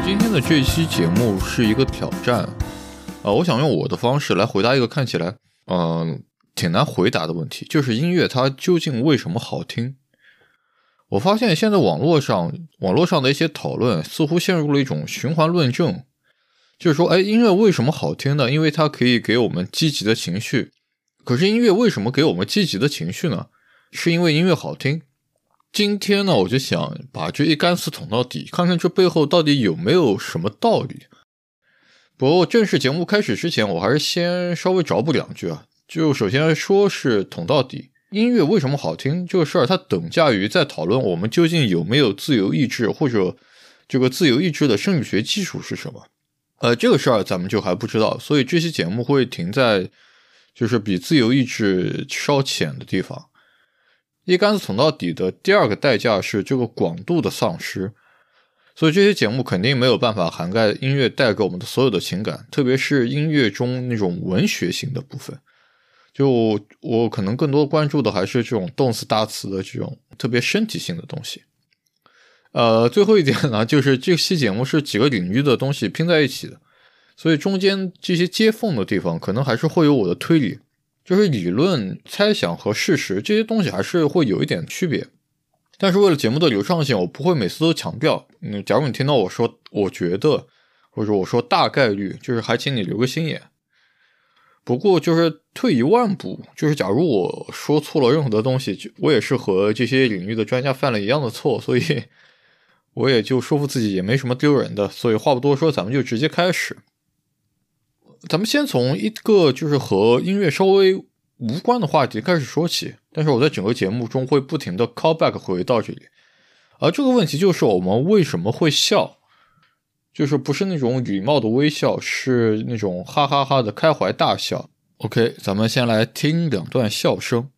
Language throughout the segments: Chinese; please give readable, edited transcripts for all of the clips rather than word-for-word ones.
今天的这期节目是一个挑战，我想用我的方式来回答一个看起来挺难回答的问题，就是音乐它究竟为什么好听？我发现现在网络上的一些讨论似乎陷入了一种循环论证，就是说，音乐为什么好听呢？因为它可以给我们积极的情绪。可是音乐为什么给我们积极的情绪呢？是因为音乐好听。今天呢，我就想把这一竿子捅到底，看看这背后到底有没有什么道理。不过正式节目开始之前，我还是先稍微找补两句啊。就首先说是捅到底，音乐为什么好听这个事儿，它等价于在讨论我们究竟有没有自由意志，或者这个自由意志的生理学基础是什么。这个事儿咱们就还不知道，所以这期节目会停在就是比自由意志稍浅的地方。一竿子捅到底的第二个代价是这个广度的丧失，所以这些节目肯定没有办法涵盖音乐带给我们的所有的情感，特别是音乐中那种文学性的部分。就我可能更多关注的还是这种动词大词的这种特别身体性的东西。最后一点呢，就是这期节目是几个领域的东西拼在一起的，所以中间这些接缝的地方可能还是会有我的推理，就是理论、猜想和事实这些东西还是会有一点区别。但是为了节目的流畅性，我不会每次都强调。假如你听到我说我觉得，或者我说大概率，就是还请你留个心眼。不过就是退一万步，就是假如我说错了任何的东西，我也是和这些领域的专家犯了一样的错，所以我也就说服自己也没什么丢人的。所以话不多说，咱们就直接开始。咱们先从一个就是和音乐稍微无关的话题开始说起，但是我在整个节目中会不停的 callback 回到这里。而这个问题就是我们为什么会笑，就是不是那种礼貌的微笑，是那种哈哈哈的开怀大笑。OK， 咱们先来听两段笑声。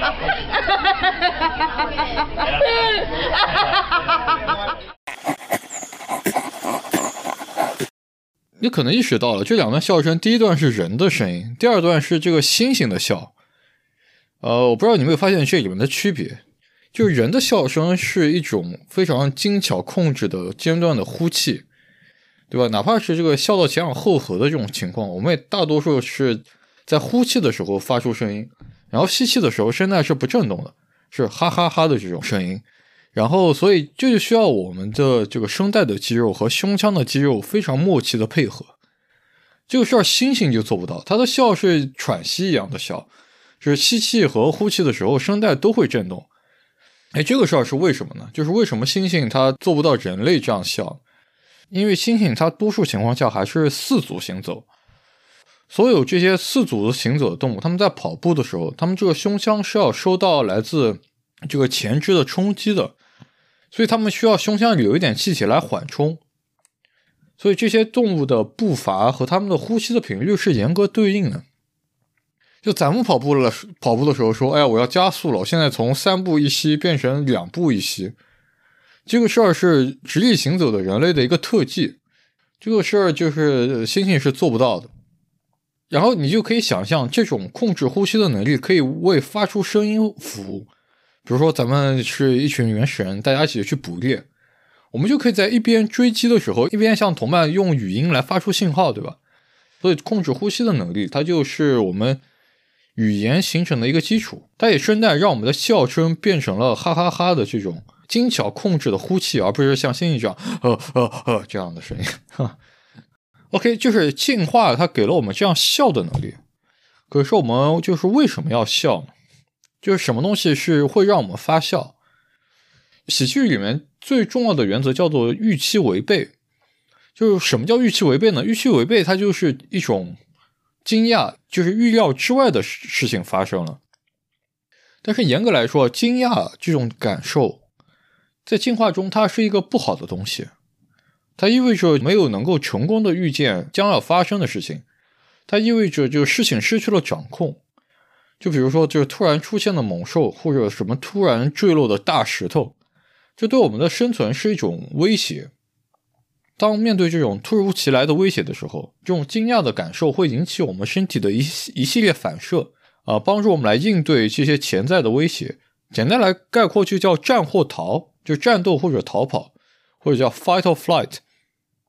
你可能意识到了，这两段笑声，第一段是人的声音，第二段是这个猩猩的笑。我不知道你有没有发现这里面的区别，就是人的笑声是一种非常精巧控制的间断的呼气，对吧？哪怕是这个笑到前仰后合的这种情况，我们也大多数是在呼气的时候发出声音，然后吸气的时候声带是不振动的，是哈哈哈的这种声音。然后所以这就需要我们的这个声带的肌肉和胸腔的肌肉非常默契的配合。这个事儿猩猩就做不到，它的笑是喘息一样的笑，就是吸气和呼气的时候声带都会振动。这个事儿是为什么呢？就是为什么猩猩它做不到人类这样笑？因为猩猩它多数情况下还是四足行走，所有这些四足行走的动物，它们在跑步的时候，它们这个胸腔是要收到来自这个前肢的冲击的，所以它们需要胸腔里有一点气体来缓冲。所以这些动物的步伐和它们的呼吸的频率是严格对应的。就咱们跑步的时候说，我要加速了，我现在从3步一吸变成2步一吸。这个事儿是直立行走的人类的一个特技，这个事儿就是猩猩是做不到的。然后你就可以想象，这种控制呼吸的能力可以为发出声音服务。比如说咱们是一群原始人，大家一起去捕猎，我们就可以在一边追击的时候，一边向同伴用语音来发出信号，对吧？所以控制呼吸的能力，它就是我们语言形成的一个基础。它也顺带让我们的笑声变成了哈哈哈的这种精巧控制的呼气，而不是像猩猩这样这样的声音。OK， 就是进化它给了我们这样笑的能力。可是我们就是为什么要笑呢？就是什么东西是会让我们发笑？喜剧里面最重要的原则叫做预期违背。就是什么叫预期违背呢？预期违背它就是一种惊讶，就是预料之外的事情发生了。但是严格来说，惊讶这种感受在进化中它是一个不好的东西，它意味着没有能够成功的预见将要发生的事情，它意味着就事情失去了掌控。就比如说就是突然出现的猛兽，或者什么突然坠落的大石头，这对我们的生存是一种威胁。当面对这种突如其来的威胁的时候，这种惊讶的感受会引起我们身体的一系列反射，帮助我们来应对这些潜在的威胁。简单来概括就叫战或逃，就战斗或者逃跑，或者叫 fight or flight。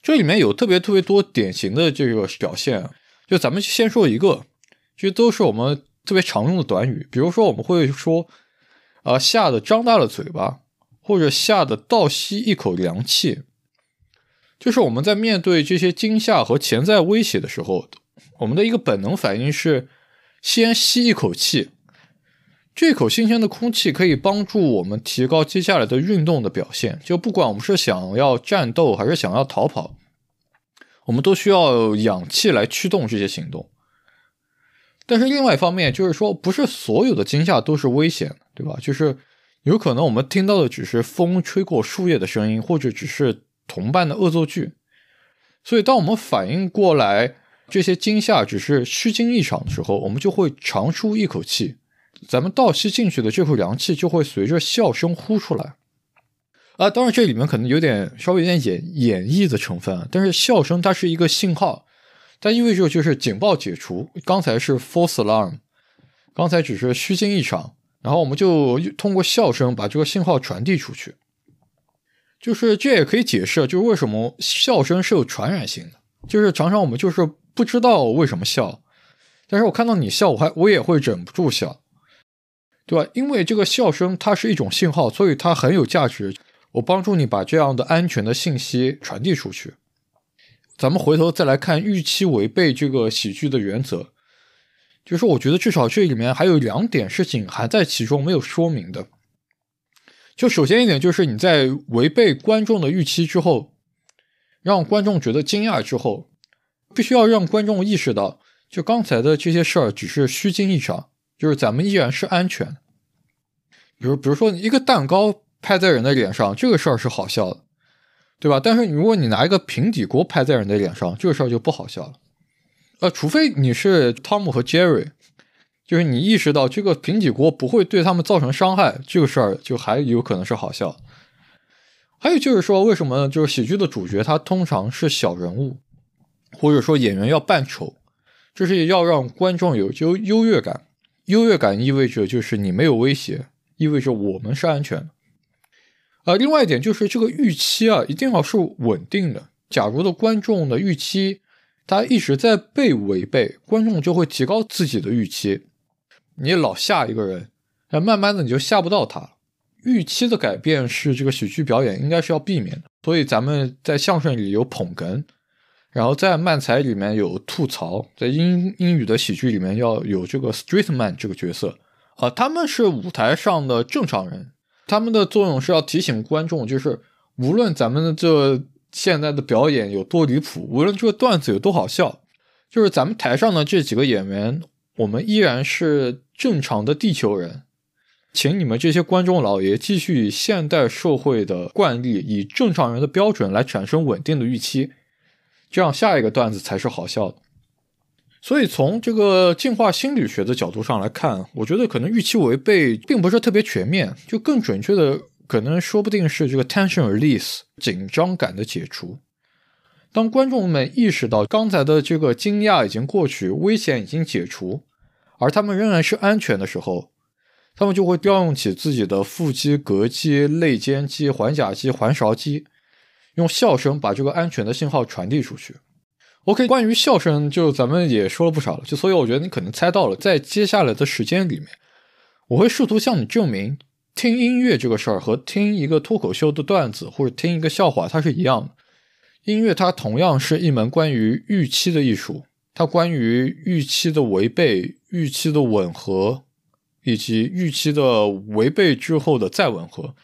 这里面有特别多典型的这个表现，就咱们先说一个，这都是我们特别常用的短语，比如说我们会说吓得张大了嘴巴，或者吓得倒吸一口凉气。就是我们在面对这些惊吓和潜在威胁的时候，我们的一个本能反应是先吸一口气，这口新鲜的空气可以帮助我们提高接下来的运动的表现，就不管我们是想要战斗还是想要逃跑，我们都需要氧气来驱动这些行动。但是另外一方面就是说，不是所有的惊吓都是危险的，对吧？就是有可能我们听到的只是风吹过树叶的声音，或者只是同伴的恶作剧。所以当我们反应过来这些惊吓只是虚惊一场的时候，我们就会长出一口气，咱们倒吸进去的这口凉气就会随着笑声呼出来。当然这里面可能稍微有点演绎的成分，但是笑声它是一个信号，它意味着就是警报解除，刚才是 false alarm， 刚才只是虚惊一场，然后我们就通过笑声把这个信号传递出去。就是这也可以解释就是为什么笑声是有传染性的，就是常常我们就是不知道为什么笑，但是我看到你笑我也会忍不住笑，对吧？因为这个笑声它是一种信号，所以它很有价值，我帮助你把这样的安全的信息传递出去。咱们回头再来看预期违背这个喜剧的原则，就是我觉得至少这里面还有2点事情还在其中没有说明的。就首先一点就是你在违背观众的预期之后，让观众觉得惊讶之后，必须要让观众意识到就刚才的这些事儿只是虚惊一场，就是咱们依然是安全的。比如说一个蛋糕拍在人的脸上，这个事儿是好笑的，对吧？但是如果你拿一个平底锅拍在人的脸上，这个事儿就不好笑了。除非你是汤姆和杰瑞，就是你意识到这个平底锅不会对他们造成伤害，这个事儿就还有可能是好笑。还有就是说，为什么就是喜剧的主角他通常是小人物，或者说演员要扮丑，这是要让观众有优越感。优越感意味着就是你没有威胁，意味着我们是安全的。另外一点就是这个预期一定要是稳定的。假如的观众的预期他一直在被违背，观众就会提高自己的预期。你老吓一个人，慢慢的你就吓不到他。预期的改变是这个喜剧表演应该是要避免的，所以咱们在相声里有捧哏，然后在漫才里面有吐槽，在英语的喜剧里面要有这个 straight man 这个角色他们是舞台上的正常人，他们的作用是要提醒观众，就是无论咱们这现在的表演有多离谱，无论这个段子有多好笑，就是咱们台上的这几个演员，我们依然是正常的地球人，请你们这些观众老爷继续以现代社会的惯例，以正常人的标准来产生稳定的预期，这样下一个段子才是好笑的。所以从这个进化心理学的角度上来看，我觉得可能预期违背并不是特别全面，就更准确的可能说不定是这个 tension release 紧张感的解除。当观众们意识到刚才的这个惊讶已经过去，危险已经解除，而他们仍然是安全的时候，他们就会调用起自己的腹肌、膈肌、肋间肌、环甲肌、环勺肌，用笑声把这个安全的信号传递出去。OK， 关于笑声就咱们也说了不少了，所以我觉得你可能猜到了，在接下来的时间里面，我会试图向你证明听音乐这个事儿和听一个脱口秀的段子或者听一个笑话它是一样的。音乐它同样是一门关于预期的艺术，它关于预期的违背、预期的吻合，以及预期的违背之后的再吻合。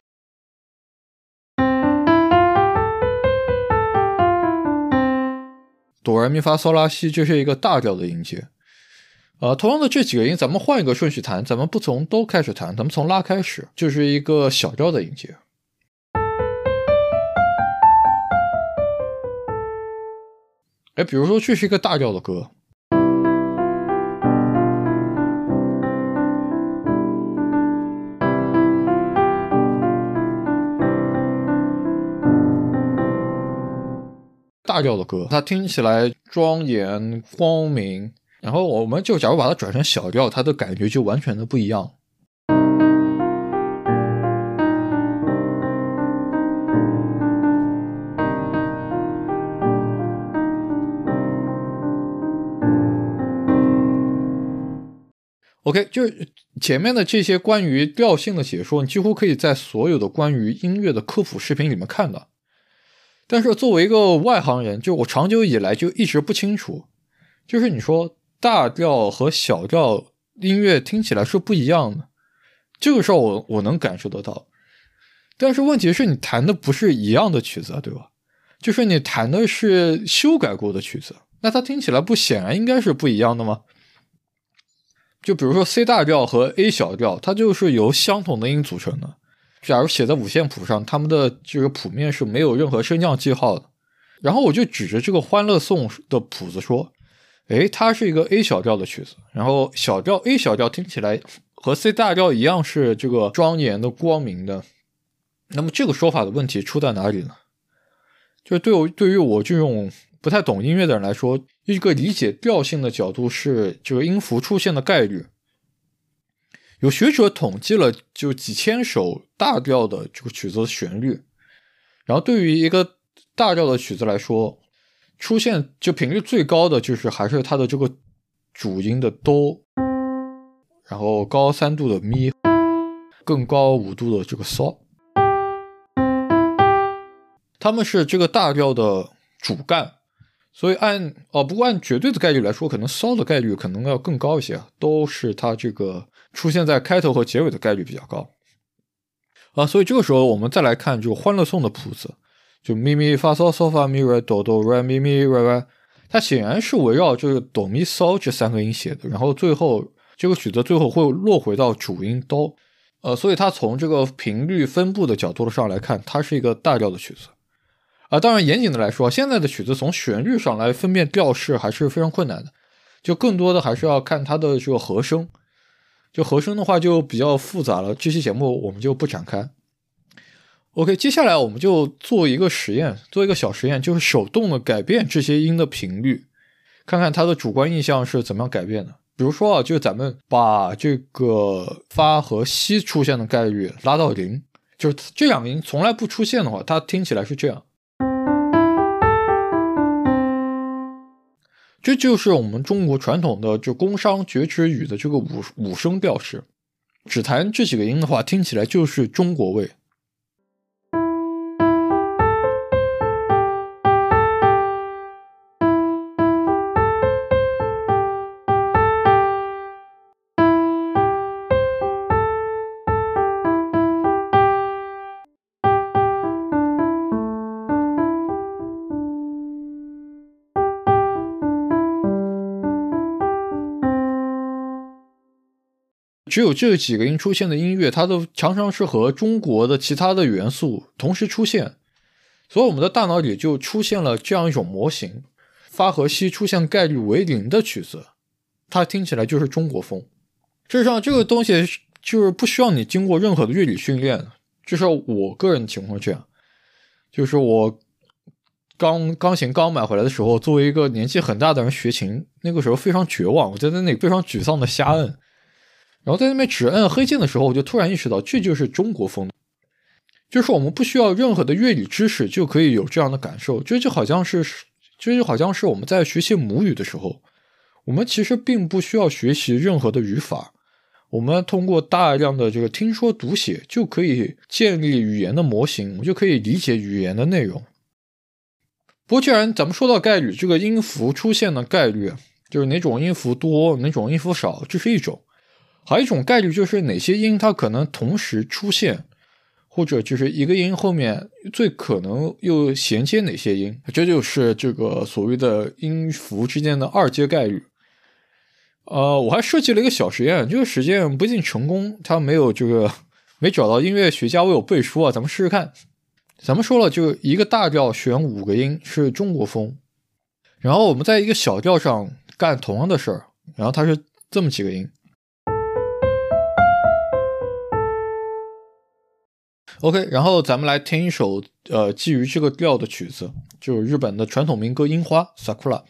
哆来咪发嗦拉西，这是一个大调的音阶。同样的这几个音，咱们换一个顺序弹，咱们不从哆开始弹，咱们从拉开始，就是一个小调的音阶。比如说这是一个大调的歌，大调的歌，它听起来庄严光明，然后我们就假如把它转成小调，它的感觉就完全的不一样。 OK， 就是前面的这些关于调性的解说，你几乎可以在所有的关于音乐的科普视频里面看到。但是作为一个外行人，就我长久以来就一直不清楚，就是你说大调和小调音乐听起来是不一样的，这个事儿我能感受得到。但是问题是你弹的不是一样的曲子啊，对吧？就是你弹的是修改过的曲子，那它听起来不显然应该是不一样的吗？就比如说 C 大调和 A 小调，它就是由相同的音组成的。假如写在五线谱上，它们的这个谱面是没有任何升降记号的。然后我就指着这个欢乐颂的谱子说，诶，它是一个 A 小调的曲子，然后小调 A 小调听起来和 C 大调一样是这个庄严的光明的。那么这个说法的问题出在哪里呢？就对于我这种不太懂音乐的人来说，一个理解调性的角度是这个音符出现的概率。有学者统计了就几千首大调的这个曲子的旋律，然后对于一个大调的曲子来说，出现就频率最高的就是还是它的这个主音的哆，然后高3度的咪，更高5度的这个嗦，它们是这个大调的主干。所以不过按绝对的概率来说，可能嗦的概率可能要更高一些，都是它这个出现在开头和结尾的概率比较高所以这个时候我们再来看这个欢乐颂的谱子，就咪咪发嗦嗦发咪来哆哆来咪咪来来，它显然是围绕这个哆咪嗦这3个音写的，然后最后这个曲子最后会落回到主音哆所以它从这个频率分布的角度上来看，它是一个大调的曲子当然严谨的来说，现在的曲子从旋律上来分辨调式还是非常困难的，就更多的还是要看它的这个和声，就和声的话就比较复杂了，这期节目我们就不展开。OK， 接下来我们就做一个实验，做一个小实验，就是手动的改变这些音的频率，看看它的主观印象是怎么样改变的。比如说就咱们把这个发和西出现的概率拉到0，就是这两个音从来不出现的话，它听起来是这样。这就是我们中国传统的就宫商角徵羽的这个五声调式，只弹这几个音的话，听起来就是中国味。只有这几个音出现的音乐，它都常常是和中国的其他的元素同时出现，所以我们的大脑里就出现了这样一种模型，发和西出现概率为0的曲子，它听起来就是中国风。事实上这个东西就是不需要你经过任何的乐理训练，至少我个人的情况这样，就是我钢琴刚买回来的时候，作为一个年纪很大的人学琴，那个时候非常绝望，我在那里非常沮丧的瞎摁，然后在那边只摁黑键的时候，我就突然意识到这就是中国风，就是我们不需要任何的乐理知识就可以有这样的感受。这就好像是我们在学习母语的时候，我们其实并不需要学习任何的语法，我们通过大量的这个听说读写就可以建立语言的模型，我们就可以理解语言的内容。不过既然咱们说到概率，这个音符出现的概率，就是哪种音符多哪种音符少，这是一种。还有一种概率就是哪些音它可能同时出现，或者就是一个音后面最可能又衔接哪些音，这就是这个所谓的音符之间的二阶概率。我还设计了一个小实验，这个实验不一定成功，它没找到音乐学家为我背书啊，咱们试试看。咱们说了，就一个大调选5个音是中国风，然后我们在一个小调上干同样的事儿，然后它是这么几个音。OK， 然后咱们来听一首基于这个调的曲子，就是日本的传统民歌《樱花》Sakura。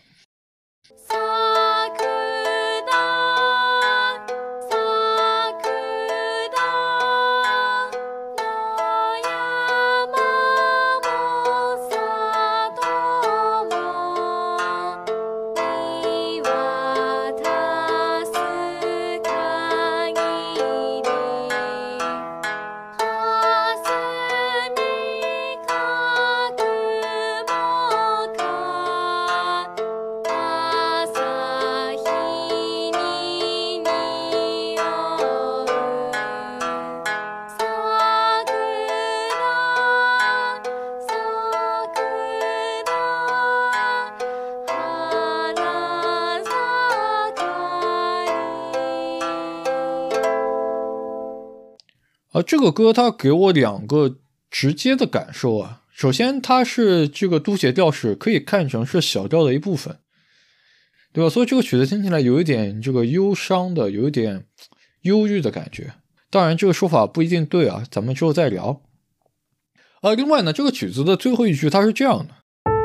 这个歌它给我2个直接的感受啊。首先它是这个嘟写调式可以看成是小调的一部分，对吧？所以这个曲子听起来有一点这个忧伤的，有一点忧郁的感觉。当然这个说法不一定对啊，咱们之后再聊。另外呢，这个曲子的最后一句它是这样的，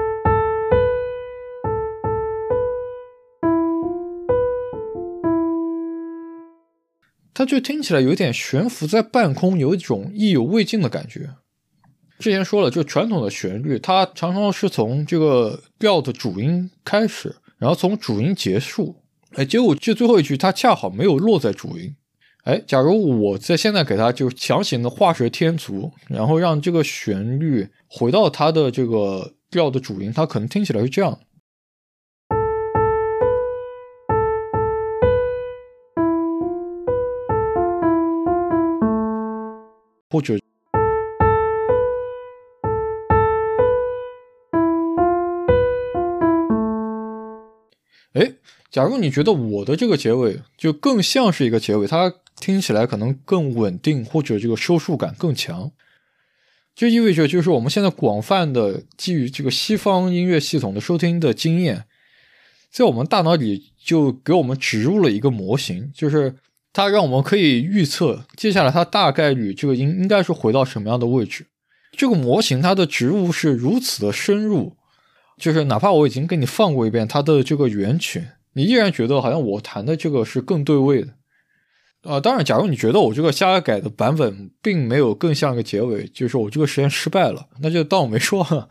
它就听起来有点悬浮在半空，有一种意犹未尽的感觉。之前说了，就传统的旋律它常常是从这个调的主音开始，然后从主音结束，结果这最后一句它恰好没有落在主音。假如我在现在给它就强行的画蛇添足，然后让这个旋律回到它的这个调的主音，它可能听起来是这样，或者假如你觉得我的这个结尾就更像是一个结尾，它听起来可能更稳定，或者这个收束感更强，就意味着就是我们现在广泛的基于这个西方音乐系统的收听的经验，在我们大脑里就给我们植入了一个模型，就是它让我们可以预测接下来它大概率这个音应该是回到什么样的位置。这个模型它的植入是如此的深入，就是哪怕我已经给你放过一遍它的这个原曲，你依然觉得好像我弹的这个是更对位的。当然假如你觉得我这个瞎改的版本并没有更像一个结尾，就是我这个实验失败了，那就当我没说。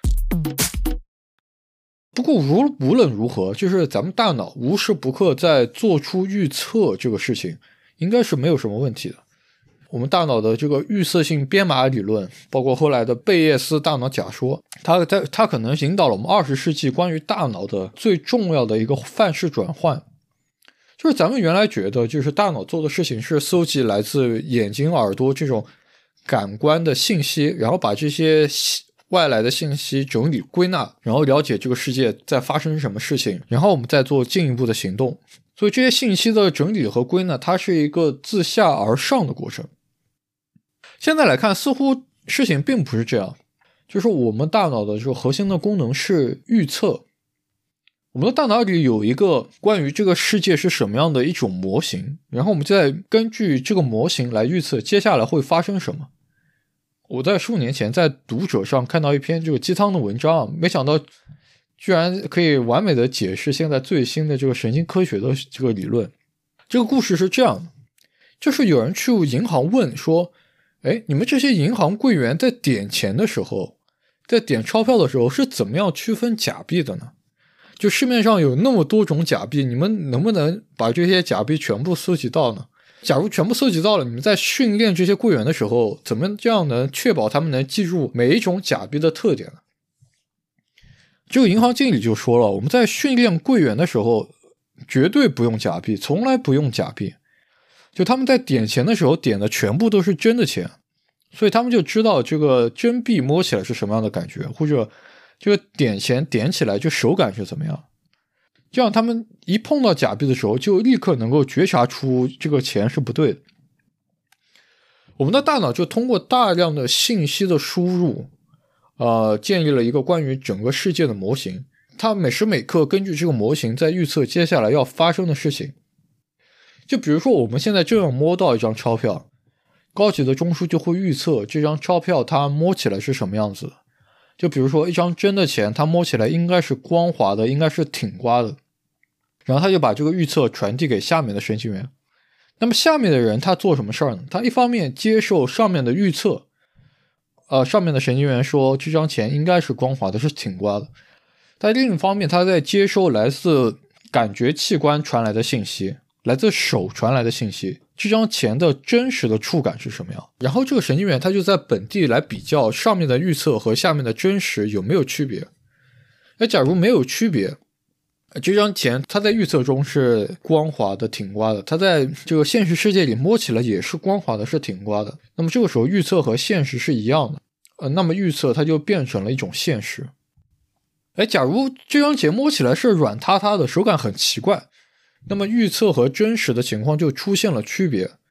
不过无论如何，就是咱们大脑无时不刻在做出预测这个事情应该是没有什么问题的。我们大脑的这个预测性编码理论，包括后来的贝叶斯大脑假说，它可能引导了我们20世纪关于大脑的最重要的一个范式转换。就是咱们原来觉得就是大脑做的事情是搜集来自眼睛耳朵这种感官的信息，然后把这些外来的信息整理归纳，然后了解这个世界在发生什么事情，然后我们再做进一步的行动。所以这些信息的整理和归纳它是一个自下而上的过程。现在来看似乎事情并不是这样，就是我们大脑的这个核心的功能是预测。我们的大脑里有一个关于这个世界是什么样的一种模型，然后我们再根据这个模型来预测接下来会发生什么。我在数年前在读者上看到一篇这个鸡汤的文章，没想到居然可以完美的解释现在最新的这个神经科学的这个理论。这个故事是这样的，就是有人去银行问说，你们这些银行柜员在点钱的时候，在点钞票的时候是怎么样区分假币的呢？就市面上有那么多种假币，你们能不能把这些假币全部搜集到呢？假如全部搜集到了，你们在训练这些柜员的时候，怎么这样能确保他们能记住每一种假币的特点呢？这个银行经理就说了，我们在训练柜员的时候绝对不用假币，从来不用假币。就他们在点钱的时候点的全部都是真的钱，所以他们就知道这个真币摸起来是什么样的感觉，或者这个点钱点起来就手感是怎么样。这样他们一碰到假币的时候就立刻能够觉察出这个钱是不对的。我们的大脑就通过大量的信息的输入建立了一个关于整个世界的模型，它每时每刻根据这个模型在预测接下来要发生的事情。就比如说我们现在正要摸到一张钞票，高级的中枢就会预测这张钞票它摸起来是什么样子。就比如说一张真的钱，它摸起来应该是光滑的，应该是挺刮的，然后他就把这个预测传递给下面的神经元。那么下面的人他做什么事儿呢？他一方面接受上面的预测，上面的神经元说这张钱应该是光滑的，是挺刮的。但另一方面他在接收来自感觉器官传来的信息，来自手传来的信息，这张钱的真实的触感是什么样。然后这个神经元它就在本地来比较上面的预测和下面的真实有没有区别。假如没有区别，这张钱它在预测中是光滑的挺刮的，它在这个现实世界里摸起来也是光滑的，是挺刮的。那么这个时候预测和现实是一样的，那么预测它就变成了一种现实。假如这张钱摸起来是软塌塌的，手感很奇怪，那么预测和真实的情况就出现了区别。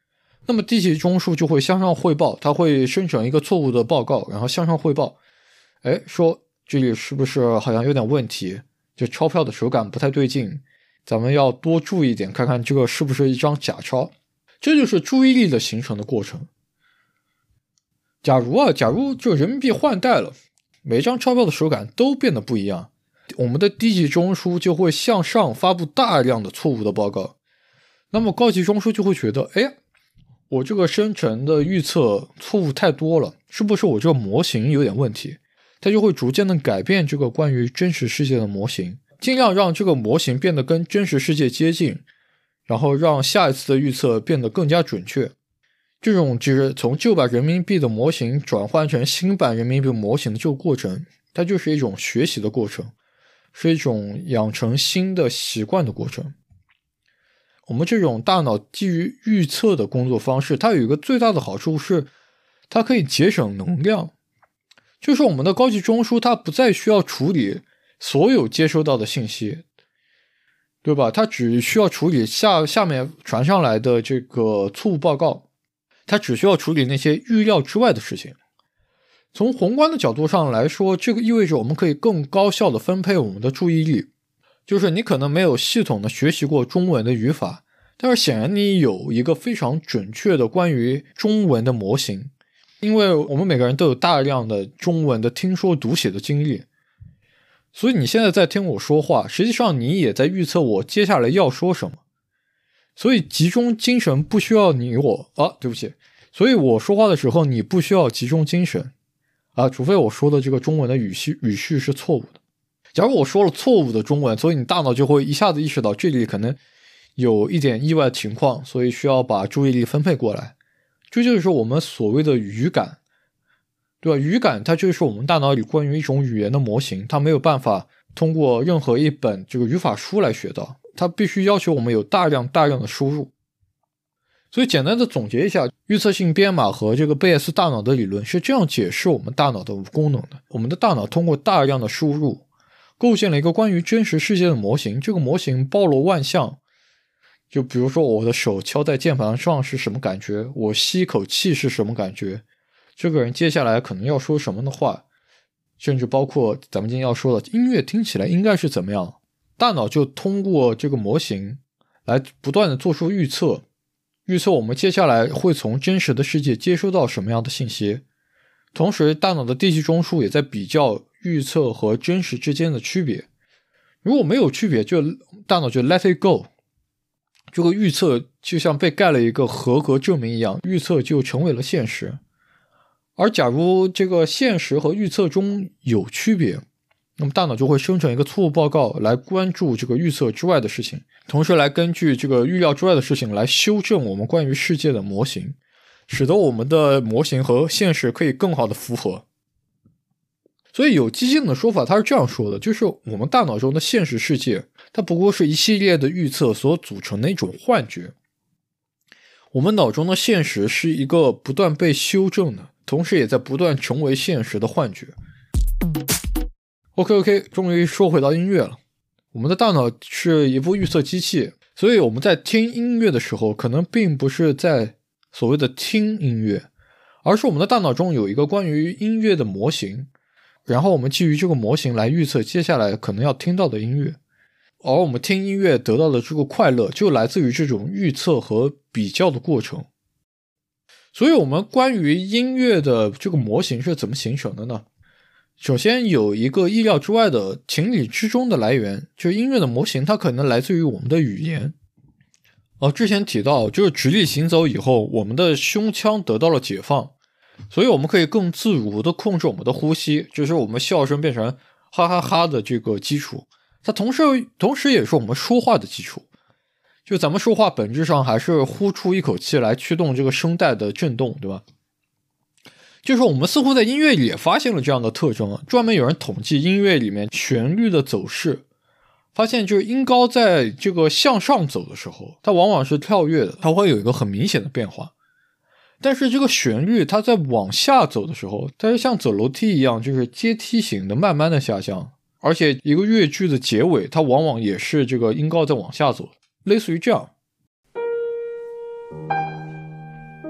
那么低级中枢就会向上汇报，它会生成一个错误的报告，然后向上汇报，说这里是不是好像有点问题，就钞票的手感不太对劲，咱们要多注意一点，看看这个是不是一张假钞。这就是注意力的形成的过程。假如就人民币换代了，每张钞票的手感都变得不一样，我们的低级中枢就会向上发布大量的错误的报告，那么高级中枢就会觉得，我这个生成的预测错误太多了，是不是我这个模型有点问题？它就会逐渐的改变这个关于真实世界的模型，尽量让这个模型变得跟真实世界接近，然后让下一次的预测变得更加准确。这种就是从旧版人民币的模型转换成新版人民币模型的这个过程，它就是一种学习的过程，是一种养成新的习惯的过程。我们这种大脑基于预测的工作方式，它有一个最大的好处是它可以节省能量，就是我们的高级中枢它不再需要处理所有接收到的信息，对吧？它只需要处理下面传上来的这个错误报告，它只需要处理那些预料之外的事情。从宏观的角度上来说，这个意味着我们可以更高效地分配我们的注意力。就是你可能没有系统的学习过中文的语法，但是显然你有一个非常准确的关于中文的模型，因为我们每个人都有大量的中文的听说读写的经历，所以你现在在听我说话，实际上你也在预测我接下来要说什么。所以集中精神不需要对不起，所以我说话的时候你不需要集中精神除非我说的这个中文的语序是错误的。假如我说了错误的中文，所以你大脑就会一下子意识到这里可能有一点意外的情况，所以需要把注意力分配过来。这就是我们所谓的语感，对吧？语感它就是我们大脑里关于一种语言的模型，它没有办法通过任何一本这个语法书来学到，它必须要求我们有大量的输入。所以简单的总结一下，预测性编码和这个贝叶斯大脑的理论是这样解释我们大脑的功能的。我们的大脑通过大量的输入构建了一个关于真实世界的模型，这个模型包罗万象，就比如说我的手敲在键盘上是什么感觉，我吸一口气是什么感觉，这个人接下来可能要说什么的话，甚至包括咱们今天要说的音乐听起来应该是怎么样，大脑就通过这个模型来不断的做出预测我们接下来会从真实的世界接收到什么样的信息。同时大脑的低级中枢也在比较预测和真实之间的区别，如果没有区别，就大脑就 let it go， 这个预测就像被盖了一个合格证明一样，预测就成为了现实。而假如这个现实和预测中有区别，那么大脑就会生成一个错误报告来关注这个预测之外的事情，同时来根据这个预料之外的事情来修正我们关于世界的模型，使得我们的模型和现实可以更好的符合。所以有激进的说法，他是这样说的，就是我们大脑中的现实世界，它不过是一系列的预测所组成的一种幻觉。我们脑中的现实是一个不断被修正的，同时也在不断成为现实的幻觉。OK， 终于说回到音乐了。我们的大脑是一部预测机器，所以我们在听音乐的时候，可能并不是在所谓的听音乐，而是我们的大脑中有一个关于音乐的模型，然后我们基于这个模型来预测接下来可能要听到的音乐。而我们听音乐得到的这个快乐，就来自于这种预测和比较的过程。所以我们关于音乐的这个模型是怎么形成的呢？首先有一个意料之外的情理之中的来源，就是音乐的模型它可能来自于我们的语言。之前提到就是直立行走以后，我们的胸腔得到了解放，所以我们可以更自如地控制我们的呼吸，这是我们笑声变成哈哈哈的这个基础。它同时也是我们说话的基础，就咱们说话本质上还是呼出一口气来驱动这个声带的震动，对吧？就是我们似乎在音乐里也发现了这样的特征，专门有人统计音乐里面旋律的走势，发现就是音高在这个向上走的时候，它往往是跳跃的，它会有一个很明显的变化。但是这个旋律它在往下走的时候，它是像走楼梯一样，就是阶梯型的慢慢的下降，而且一个乐句的结尾它往往也是这个音高在往下走，类似于这样。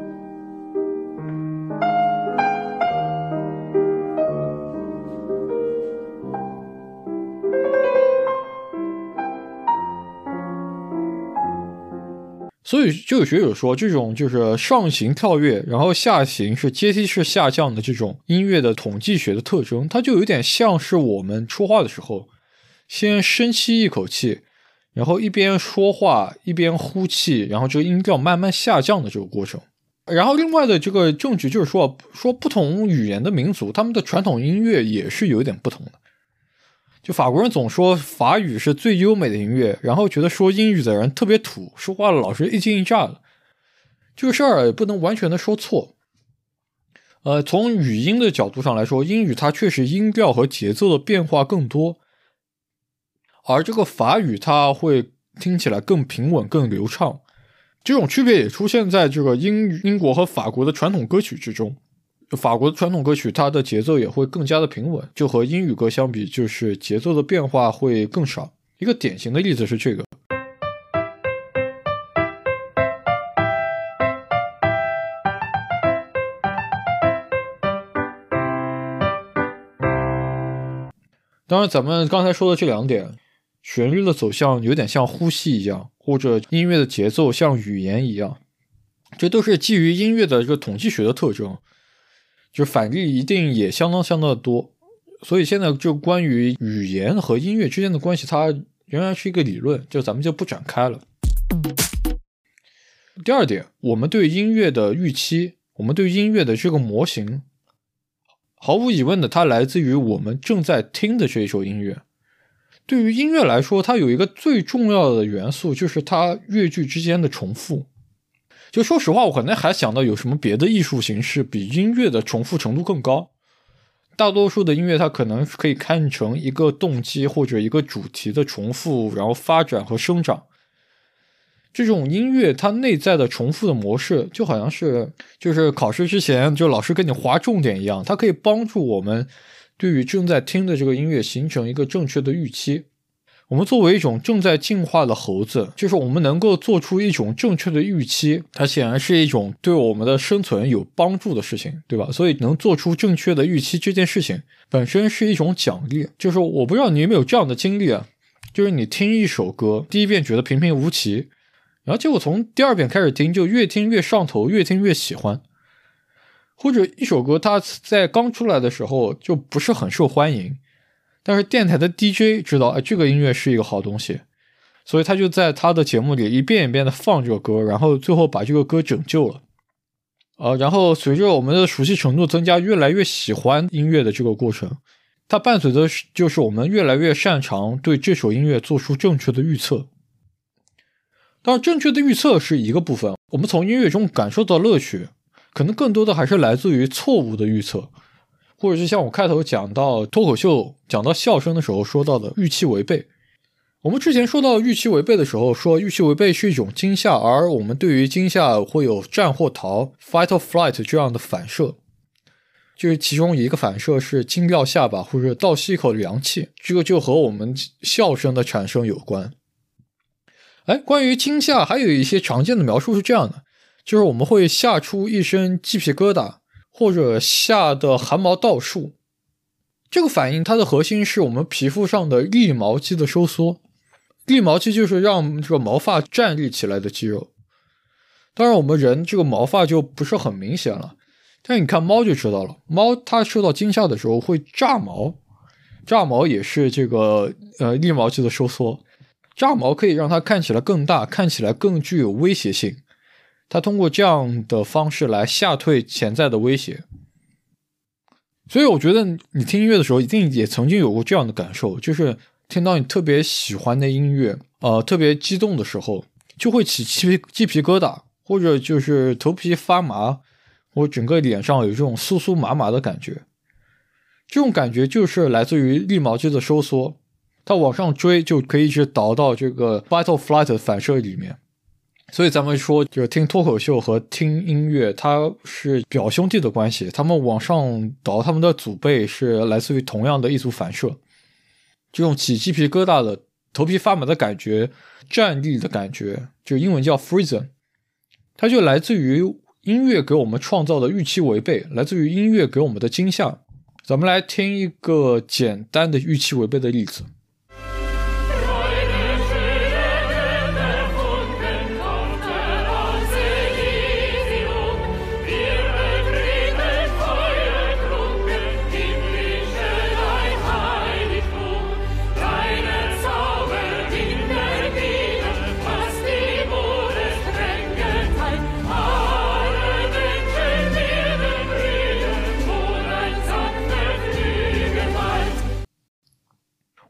所以就有学者说，这种就是上行跳跃，然后下行是阶梯式下降的这种音乐的统计学的特征，它就有点像是我们说话的时候，先深吸一口气，然后一边说话一边呼气，然后这个音调慢慢下降的这个过程。然后另外的这个证据就是说不同语言的民族，他们的传统音乐也是有点不同的。就法国人总说法语是最优美的音乐，然后觉得说英语的人特别土，说话老是一惊一乍的。这个事儿也不能完全的说错。从语音的角度上来说，英语它确实音调和节奏的变化更多，而这个法语它会听起来更平稳更流畅。这种区别也出现在这个英国和法国的传统歌曲之中。法国的传统歌曲它的节奏也会更加的平稳，就和英语歌相比，就是节奏的变化会更少。一个典型的例子是这个。当然咱们刚才说的这两点，旋律的走向有点像呼吸一样，或者音乐的节奏像语言一样，这都是基于音乐的这个统计学的特征，就是反例一定也相当的多。所以现在就关于语言和音乐之间的关系，它仍然是一个理论，就咱们就不展开了。第二点，我们对音乐的预期，我们对音乐的这个模型，毫无疑问的它来自于我们正在听的这一首音乐。对于音乐来说，它有一个最重要的元素，就是它乐句之间的重复。就说实话，我可能还想到有什么别的艺术形式比音乐的重复程度更高。大多数的音乐它可能可以看成一个动机或者一个主题的重复，然后发展和生长。这种音乐它内在的重复的模式，就好像是就是考试之前就老师跟你划重点一样，它可以帮助我们对于正在听的这个音乐形成一个正确的预期。我们作为一种正在进化的猴子，就是我们能够做出一种正确的预期，它显然是一种对我们的生存有帮助的事情，对吧？所以能做出正确的预期这件事情本身是一种奖励。就是我不知道你有没有这样的经历啊，就是你听一首歌，第一遍觉得平平无奇，然后结果从第二遍开始听，就越听越上头，越听越喜欢。或者一首歌它在刚出来的时候就不是很受欢迎，但是电台的 DJ 知道这个音乐是一个好东西，所以他就在他的节目里一遍一遍的放这个歌，然后最后把这个歌拯救了。然后随着我们的熟悉程度增加，越来越喜欢音乐的这个过程，它伴随的就是我们越来越擅长对这首音乐做出正确的预测。当然正确的预测是一个部分，我们从音乐中感受到乐趣，可能更多的还是来自于错误的预测，或者是像我开头讲到脱口秀讲到笑声的时候说到的预期违背。我们之前说到预期违背的时候，说预期违背是一种惊吓，而我们对于惊吓会有战或逃 fight or flight 这样的反射，就是其中一个反射是惊掉下巴或者倒吸一口凉气，这个就和我们笑声的产生有关。关于惊吓还有一些常见的描述是这样的，就是我们会吓出一身鸡皮疙瘩，或者吓得汗毛倒竖。这个反应它的核心是我们皮肤上的立毛肌的收缩，立毛肌就是让这个毛发站立起来的肌肉。当然我们人这个毛发就不是很明显了，但是你看猫就知道了，猫它受到惊吓的时候会炸毛，炸毛也是这个立毛肌的收缩。炸毛可以让它看起来更大，看起来更具有威胁性，它通过这样的方式来吓退潜在的威胁。所以我觉得你听音乐的时候一定也曾经有过这样的感受，就是听到你特别喜欢的音乐特别激动的时候，就会起鸡皮疙瘩，或者就是头皮发麻，或整个脸上有这种酥酥麻麻的感觉。这种感觉就是来自于立毛肌的收缩，它往上追就可以一直倒到这个 fight or flight 的反射里面。所以咱们说就是听脱口秀和听音乐它是表兄弟的关系，他们往上倒，他们的祖辈是来自于同样的一组反射。这种起鸡皮疙瘩的头皮发麻的感觉，站立的感觉，就英文叫 freezing， 它就来自于音乐给我们创造的预期违背，来自于音乐给我们的惊吓。咱们来听一个简单的预期违背的例子。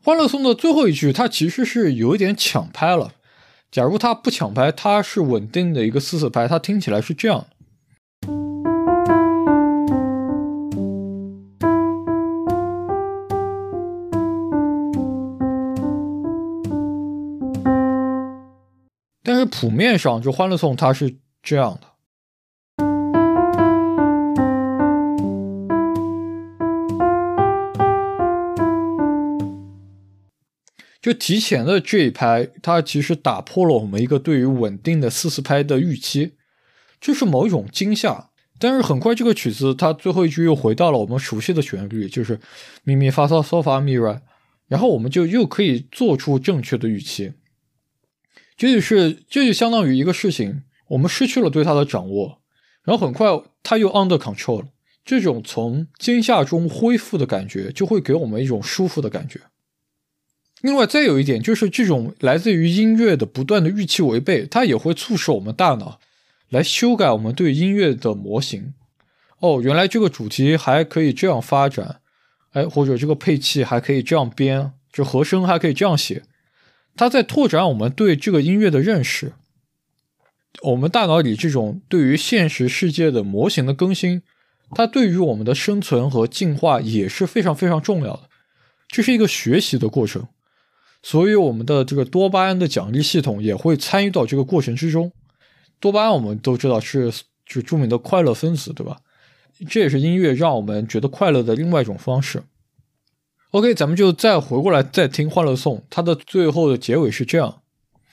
欢乐颂的最后一句它其实是有一点抢拍了，假如它不抢拍，它是稳定的一个4/4拍，它听起来是这样的。但是谱面上就欢乐颂它是这样的。就提前的这一拍，它其实打破了我们一个对于稳定的4/4拍的预期，这是某一种惊吓。但是很快这个曲子它最后一句又回到了我们熟悉的旋律，就是咪咪发嗦嗦发咪来，然后我们就又可以做出正确的预期。这就相当于一个事情我们失去了对它的掌握，然后很快它又 under control 了，这种从惊吓中恢复的感觉就会给我们一种舒服的感觉。另外再有一点就是这种来自于音乐的不断的预期违背，它也会促使我们大脑来修改我们对音乐的模型。原来这个主题还可以这样发展，或者这个配器还可以这样编，这和声还可以这样写，它在拓展我们对这个音乐的认识。我们大脑里这种对于现实世界的模型的更新，它对于我们的生存和进化也是非常非常重要的，这是一个学习的过程。所以我们的这个多巴胺的奖励系统也会参与到这个过程之中。多巴胺我们都知道是著名的快乐分子，对吧？这也是音乐让我们觉得快乐的另外一种方式。OK， 咱们就再回过来再听欢乐颂，它的最后的结尾是这样。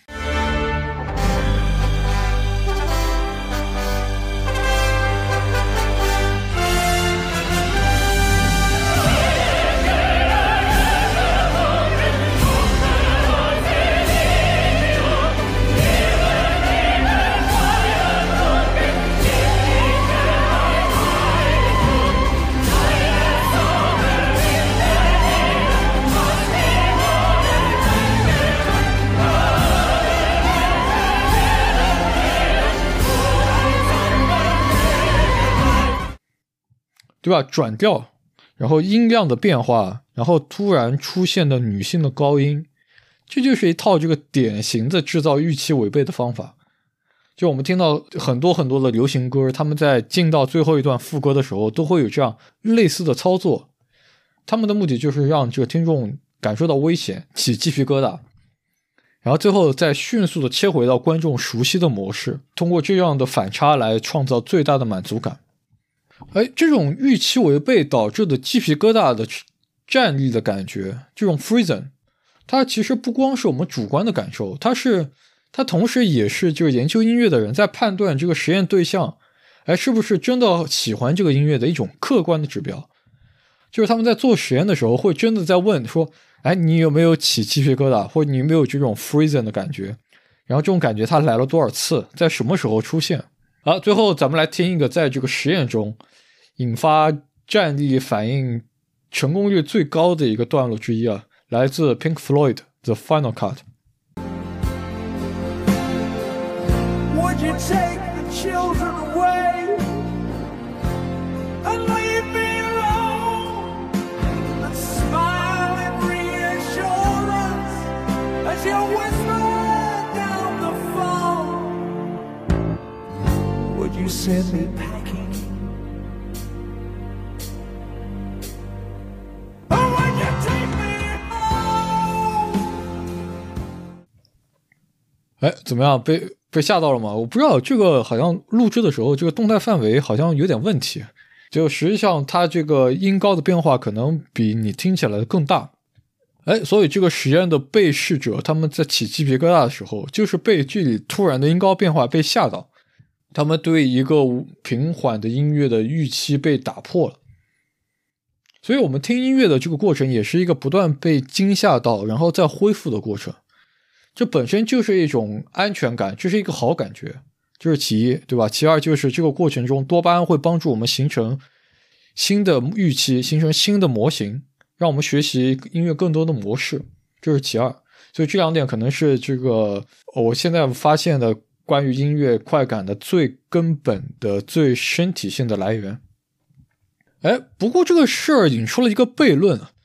对吧？转调，然后音量的变化，然后突然出现的女性的高音，这就是一套这个典型的制造预期违背的方法。就我们听到很多很多的流行歌，他们在进到最后一段副歌的时候都会有这样类似的操作，他们的目的就是让这个听众感受到危险，起鸡皮疙瘩，然后最后再迅速的切回到观众熟悉的模式，通过这样的反差来创造最大的满足感。这种预期违背导致的鸡皮疙瘩的站立的感觉，这种 freezing， 它其实不光是我们主观的感受，它同时也是这个研究音乐的人在判断这个实验对象是不是真的喜欢这个音乐的一种客观的指标。就是他们在做实验的时候会真的在问说，你有没有起鸡皮疙瘩，或者你有没有这种 freezing 的感觉，然后这种感觉它来了多少次，在什么时候出现。最后咱们来听一个在这个实验中引发站立反应成功率最高的一个段落之一来自 Pink Floyd The Final Cut。Would you take the children away and leave me alone and smile in reassurance as you whisper down the phone? Would you send me packing? Or would you take me home? 怎么样？被吓到了吗？我不知道，这个好像录制的时候这个动态范围好像有点问题，就实际上它这个音高的变化可能比你听起来的更大。所以这个实验的被试者他们在起鸡皮疙瘩的时候，就是被这里突然的音高变化被吓到，他们对一个平缓的音乐的预期被打破了。所以我们听音乐的这个过程也是一个不断被惊吓到然后再恢复的过程，这本身就是一种安全感，这是一个好感觉，这是其一，对吧？其二就是这个过程中多巴胺会帮助我们形成新的预期，形成新的模型，让我们学习音乐更多的模式，这是其二。所以这两点可能是这个我现在发现的关于音乐快感的最根本的最身体性的来源。不过这个事儿引出了一个悖论，对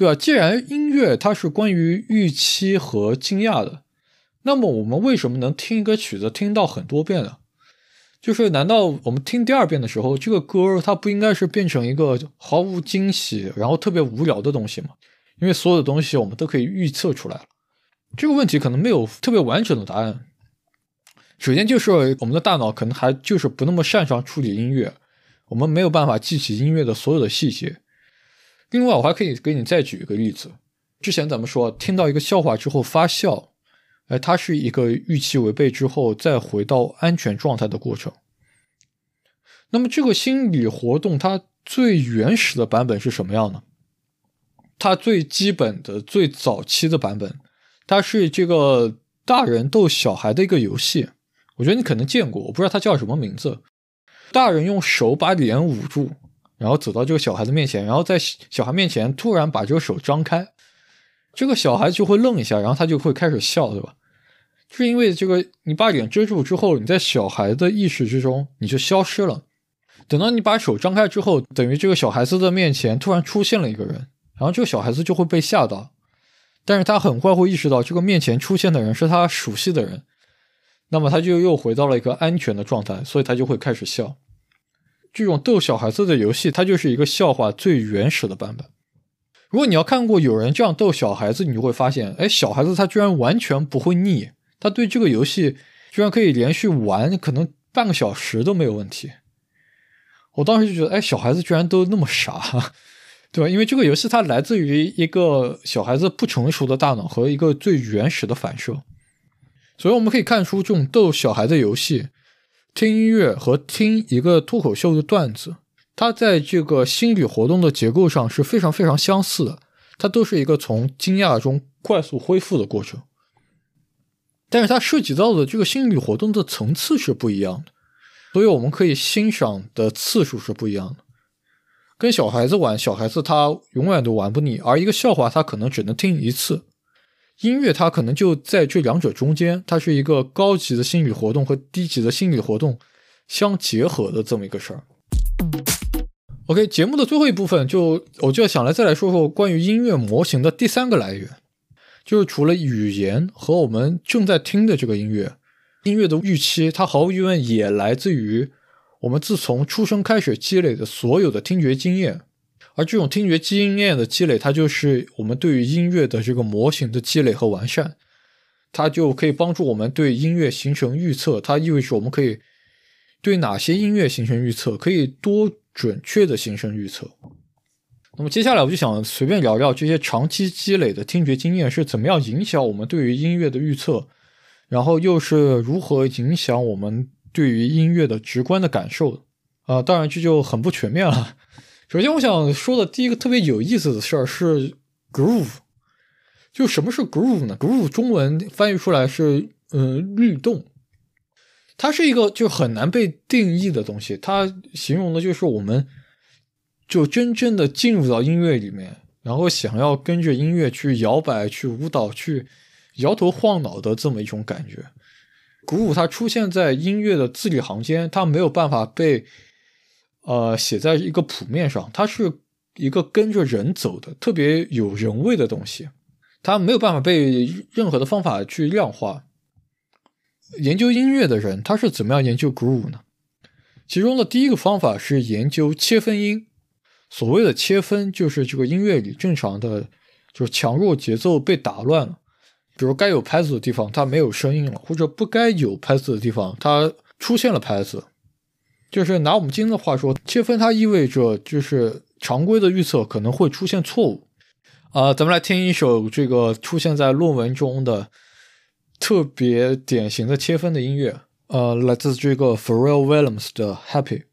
对吧？既然音乐它是关于预期和惊讶的，那么我们为什么能听一个曲子听到很多遍呢？就是难道我们听第二遍的时候，这个歌它不应该是变成一个毫无惊喜然后特别无聊的东西吗？因为所有的东西我们都可以预测出来了。这个问题可能没有特别完整的答案。首先就是我们的大脑可能还就是不那么擅长处理音乐，我们没有办法记起音乐的所有的细节。另外我还可以给你再举一个例子，之前咱们说听到一个笑话之后发笑，它是一个预期违背之后再回到安全状态的过程。那么这个心理活动它最原始的版本是什么样呢？它最基本的最早期的版本，它是这个大人逗小孩的一个游戏，我觉得你可能见过，我不知道它叫什么名字。大人用手把脸捂住，然后走到这个小孩的面前，然后在小孩面前突然把这个手张开，这个小孩就会愣一下，然后他就会开始笑，对吧？是因为这个你把脸遮住之后，你在小孩的意识之中你就消失了。等到你把手张开之后，等于这个小孩子的面前突然出现了一个人，然后这个小孩子就会被吓到，但是他很快会意识到这个面前出现的人是他熟悉的人，那么他就又回到了一个安全的状态，所以他就会开始笑。这种逗小孩子的游戏，它就是一个笑话最原始的版本。如果你要看过有人这样逗小孩子，你就会发现，小孩子他居然完全不会腻，他对这个游戏居然可以连续玩可能半个小时都没有问题。我当时就觉得，小孩子居然都那么傻，对吧？因为这个游戏它来自于一个小孩子不成熟的大脑和一个最原始的反射。所以我们可以看出，这种逗小孩的游戏，听音乐和听一个脱口秀的段子，它在这个心理活动的结构上是非常非常相似的，它都是一个从惊讶中快速恢复的过程。但是它涉及到的这个心理活动的层次是不一样的，所以我们可以欣赏的次数是不一样的。跟小孩子玩，小孩子他永远都玩不腻，而一个笑话他可能只能听一次。音乐它可能就在这两者中间，它是一个高级的心理活动和低级的心理活动相结合的这么一个事儿。OK， 节目的最后一部分我就想再来说说关于音乐模型的第三个来源，就是除了语言和我们正在听的这个音乐的预期，它毫无疑问也来自于我们自从出生开始积累的所有的听觉经验。而这种听觉经验的积累，它就是我们对于音乐的这个模型的积累和完善，它就可以帮助我们对音乐形成预测。它意味着我们可以对哪些音乐形成预测，可以多准确的形成预测。那么接下来我就想随便聊聊这些长期积累的听觉经验是怎么样影响我们对于音乐的预测，然后又是如何影响我们对于音乐的直观的感受的。当然这就很不全面了。首先我想说的第一个特别有意思的事儿是 groove。 就什么是 groove 呢？ groove 中文翻译出来是律动。它是一个就很难被定义的东西，它形容的就是我们就真正的进入到音乐里面，然后想要跟着音乐去摇摆去舞蹈去摇头晃脑的这么一种感觉。 groove 它出现在音乐的字里行间，它没有办法被写在一个谱面上，它是一个跟着人走的特别有人味的东西，它没有办法被任何的方法去量化。研究音乐的人他是怎么样研究 groove 呢？其中的第一个方法是研究切分音。所谓的切分就是这个音乐里正常的就是强弱节奏被打乱了，比如该有拍子的地方它没有声音了，或者不该有拍子的地方它出现了拍子。就是拿我们今天的话说，切分它意味着就是常规的预测可能会出现错误。咱们来听一首这个出现在论文中的特别典型的切分的音乐，来自这个 Pharrell Williams 的 Happy。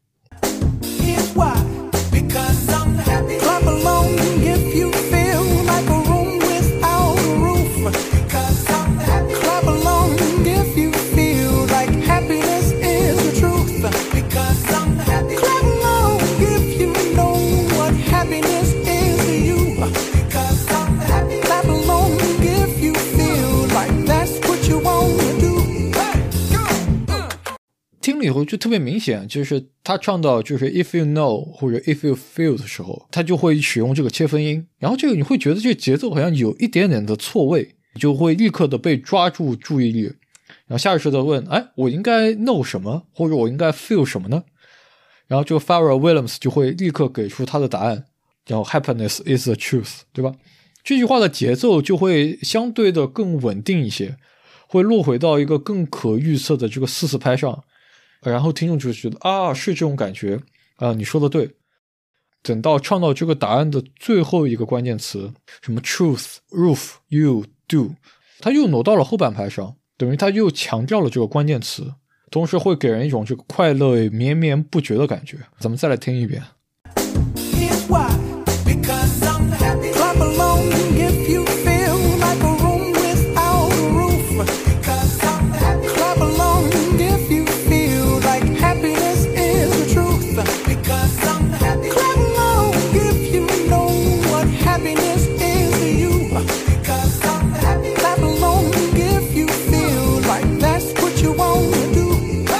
Here's why, because I'm happy. Clap along if you feel like a room without a roof. Because I'm happy. Clap along if you feel like happiness is the truth. Because I'm happy. Clap along if you know what happiness is to you. Because I'm happy. Clap along if you feel like that's what you want to do. 听了以后候就特别明显，就是他唱到就是 if you know 或者 if you feel 的时候，他就会使用这个切分音，然后这个你会觉得这个节奏好像有一点点的错位，就会立刻的被抓住注意力，然后下意识的问，哎，我应该 know 什么，或者我应该 feel 什么呢？然后这个 Pharrell Williams 就会立刻给出他的答案，然后 happiness is the truth， 对吧？这句话的节奏就会相对的更稳定一些，会落回到一个更可预测的这个4/4拍上，然后听众就觉得啊，是这种感觉啊，你说的对。等到唱到这个答案的最后一个关键词，什么 truth, roof, you, do， 他又挪到了后半拍上，等于他又强调了这个关键词，同时会给人一种这个快乐绵绵不绝的感觉。咱们再来听一遍。 Here's why. Because I'm happy. Clap along if you feel like a room without a roof. Because I'm happy. Clap along if you feel like happiness is the truth. Because I'm happy. Clap along if you know what happiness is to you. Because I'm happy. Clap along if you feel like that's what you want to do.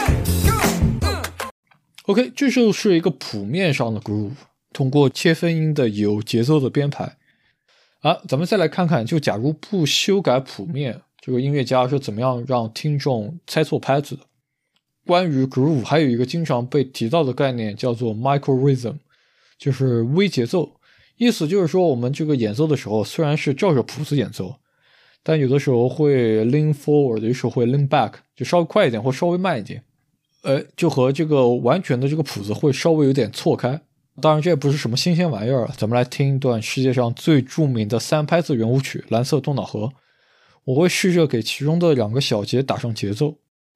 OK， 这就是一个谱面上的 groove， 通过切分音的有节奏的编排。咱们再来看看，就假如不修改谱面，这个音乐家是怎么样让听众猜错拍子的。关于 groove 还有一个经常被提到的概念叫做 micro rhythm， 就是微节奏，意思就是说我们这个演奏的时候虽然是照着谱子演奏，但有的时候会 lean forward， 有的时候会 lean back， 就稍微快一点或稍微慢一点，就和这个完全的这个谱子会稍微有点错开。当然这也不是什么新鲜玩意儿，咱们来听一段世界上最著名的3拍子圆舞曲《蓝色多瑙河》，我会试着给其中的2个小节打上节奏。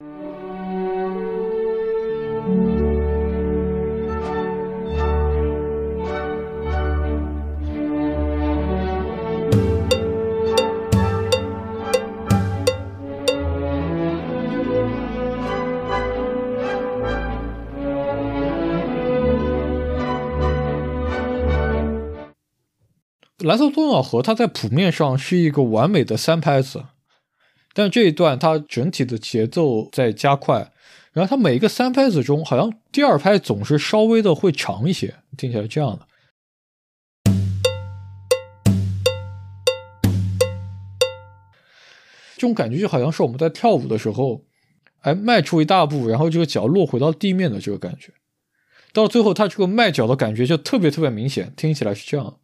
蓝色多瑙河它在谱面上是一个完美的3拍子，但这一段它整体的节奏在加快，然后它每一个3拍子中好像第2拍总是稍微的会长一些，听起来这样的。这种感觉就好像是我们在跳舞的时候迈出一大步，然后这个脚落回到地面的这个感觉，到最后它这个迈脚的感觉就特别特别明显，听起来是这样的。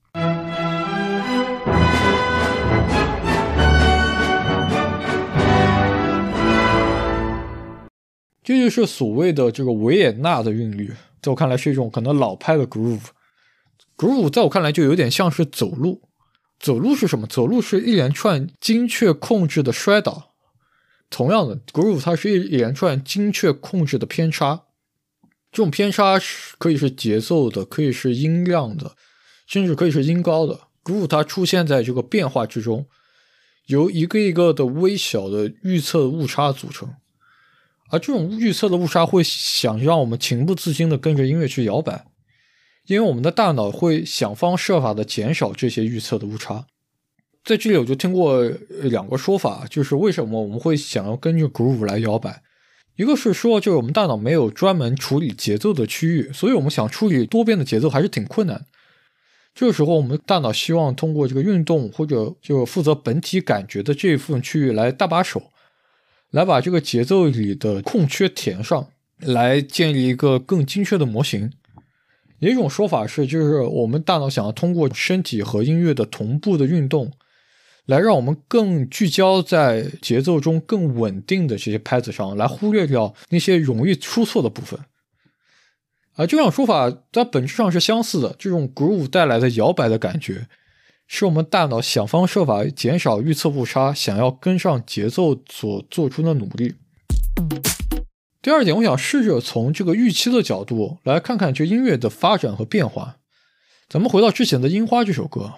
这就是所谓的这个维也纳的韵律，在我看来是一种可能老派的 groove。groove 在我看来就有点像是走路。走路是什么？走路是一连串精确控制的摔倒。同样的 groove 它是一连串精确控制的偏差。这种偏差可以是节奏的，可以是音量的，甚至可以是音高的。groove 它出现在这个变化之中，由一个一个的微小的预测误差组成。而这种预测的误差会想让我们情不自禁的跟着音乐去摇摆，因为我们的大脑会想方设法的减少这些预测的误差。在这里我就听过2个说法，就是为什么我们会想要跟着 groove 来摇摆。一个是说就是我们大脑没有专门处理节奏的区域，所以我们想处理多变的节奏还是挺困难。这个时候我们大脑希望通过这个运动或者就负责本体感觉的这一部分区域来搭把手，来把这个节奏里的空缺填上，来建立一个更精确的模型。有一种说法是，就是我们大脑想要通过身体和音乐的同步的运动，来让我们更聚焦在节奏中更稳定的这些拍子上，来忽略掉那些容易出错的部分。而这种说法在本质上是相似的，这种 groove 带来的摇摆的感觉，是我们大脑想方设法减少预测误差，想要跟上节奏所做出的努力。第二点，我想试着从这个预期的角度来看看这音乐的发展和变化。咱们回到之前的《樱花》这首歌，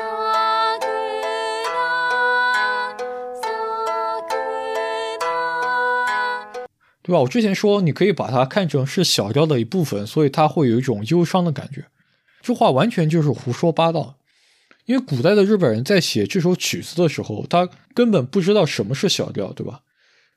对吧？我之前说你可以把它看成是小调的一部分，所以它会有一种忧伤的感觉。这话完全就是胡说八道。因为古代的日本人在写这首曲子的时候，他根本不知道什么是小调，对吧？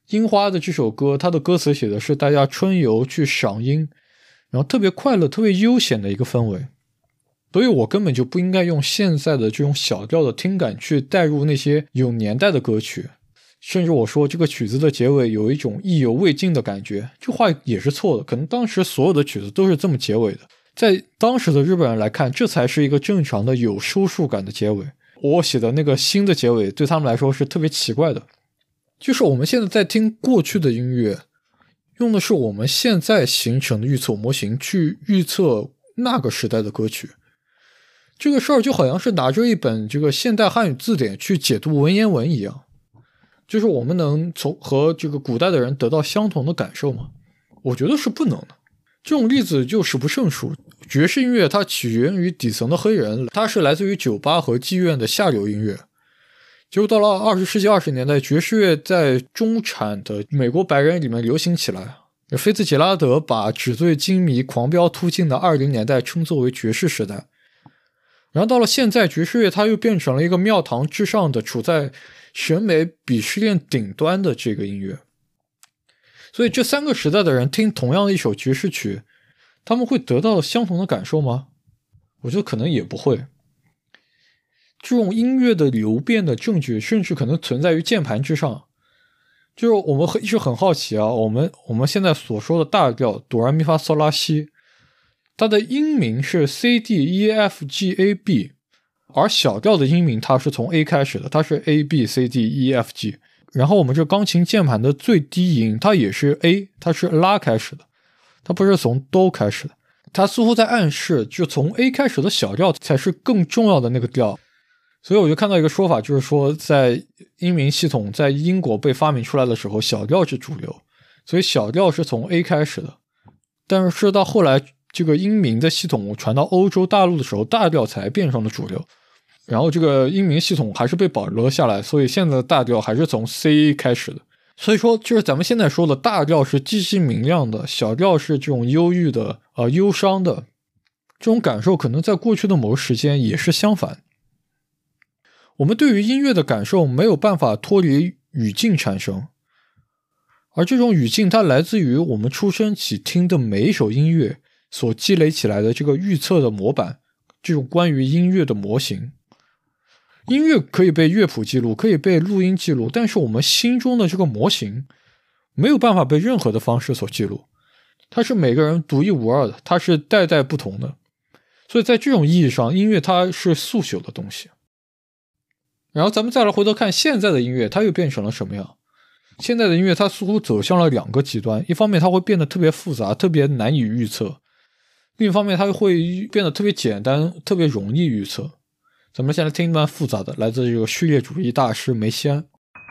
樱花的这首歌，它的歌词写的是大家春游去赏樱，然后特别快乐特别悠闲的一个氛围，所以我根本就不应该用现在的这种小调的听感去带入那些有年代的歌曲，甚至我说这个曲子的结尾有一种意犹未尽的感觉，这话也是错的，可能当时所有的曲子都是这么结尾的，在当时的日本人来看，这才是一个正常的有收束感的结尾。我写的那个新的结尾对他们来说是特别奇怪的，就是我们现在在听过去的音乐，用的是我们现在形成的预测模型去预测那个时代的歌曲，这个事儿就好像是拿着一本这个现代汉语字典去解读文言文一样，就是我们能和这个古代的人得到相同的感受吗？我觉得是不能的。这种例子就数不胜数。爵士音乐它起源于底层的黑人，它是来自于酒吧和妓院的下流音乐。结果到了20世纪20年代，爵士乐在中产的美国白人里面流行起来。菲茨杰拉德把纸醉金迷、狂飙突进的20年代称作为爵士时代。然后到了现在，爵士乐它又变成了一个庙堂之上的处在审美鄙视链顶端的这个音乐。所以这三个时代的人听同样的一首爵士曲，他们会得到相同的感受吗？我觉得可能也不会。这种音乐的流变的证据甚至可能存在于键盘之上。就是我们一直很好奇啊，我们现在所说的大调哆来咪发嗦拉西，它的音名是 C D E F G A B， 而小调的音名它是从 A 开始的，它是 A B C D E F G。然后我们这钢琴键盘的最低音它也是 A， 它是拉开始的，它不是从哆开始的。它似乎在暗示就从 A 开始的小调才是更重要的那个调。所以我就看到一个说法，就是说在音名系统在英国被发明出来的时候，小调是主流，所以小调是从 A 开始的。但是到后来这个音名的系统传到欧洲大陆的时候，大调才变成了主流。然后这个音名系统还是被保留了下来，所以现在的大调还是从 C 开始的。所以说就是咱们现在说的大调是激情明亮的，小调是这种忧郁的忧伤的。这种感受可能在过去的某个时间也是相反。我们对于音乐的感受没有办法脱离语境产生，而这种语境它来自于我们出生起听的每一首音乐所积累起来的这个预测的模板，这种关于音乐的模型。音乐可以被乐谱记录，可以被录音记录，但是我们心中的这个模型没有办法被任何的方式所记录，它是每个人独一无二的，它是代代不同的。所以在这种意义上，音乐它是速朽的东西。然后咱们再来回头看现在的音乐，它又变成了什么样？现在的音乐它似乎走向了两个极端，一方面它会变得特别复杂，特别难以预测，另一方面它会变得特别简单，特别容易预测。咱们先来听一段复杂的，来自这个序列主义大师梅西安。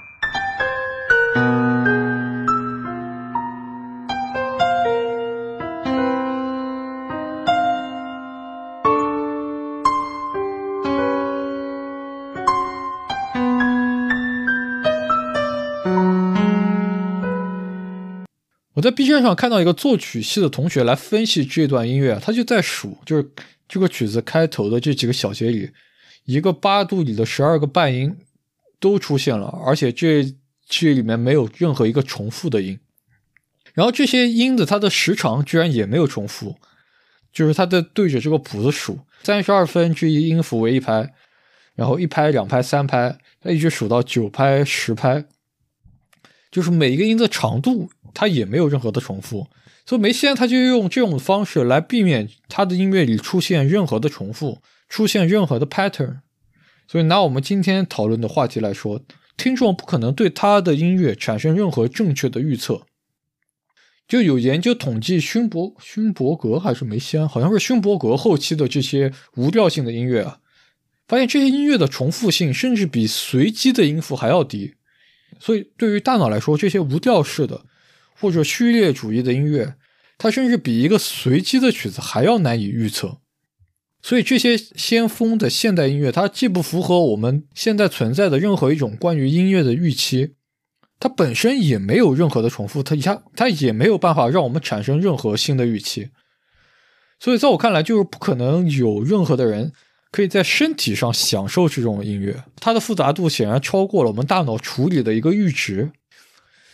我在 B 站上看到一个作曲系的同学来分析这段音乐，他就在数，就是这个曲子开头的这几个小节里，一个八度里的12个半音都出现了，而且这里面没有任何一个重复的音。然后这些音的它的时长居然也没有重复，就是他在对着这个谱子数，32%音符为一拍，然后1拍、2拍、3拍，他一直数到9拍、10拍，就是每一个音的长度它也没有任何的重复。所以梅西安他就用这种方式来避免他的音乐里出现任何的重复，出现任何的 pattern。 所以拿我们今天讨论的话题来说，听众不可能对他的音乐产生任何正确的预测。就有研究统计勋伯格还是梅西安，好像是勋伯格后期的这些无调性的音乐啊，发现这些音乐的重复性甚至比随机的音符还要低。所以对于大脑来说，这些无调式的或者序列主义的音乐，它甚至比一个随机的曲子还要难以预测。所以这些先锋的现代音乐，它既不符合我们现在存在的任何一种关于音乐的预期，它本身也没有任何的重复，它也没有办法让我们产生任何新的预期。所以在我看来，就是不可能有任何的人可以在身体上享受这种音乐，它的复杂度显然超过了我们大脑处理的一个阈值。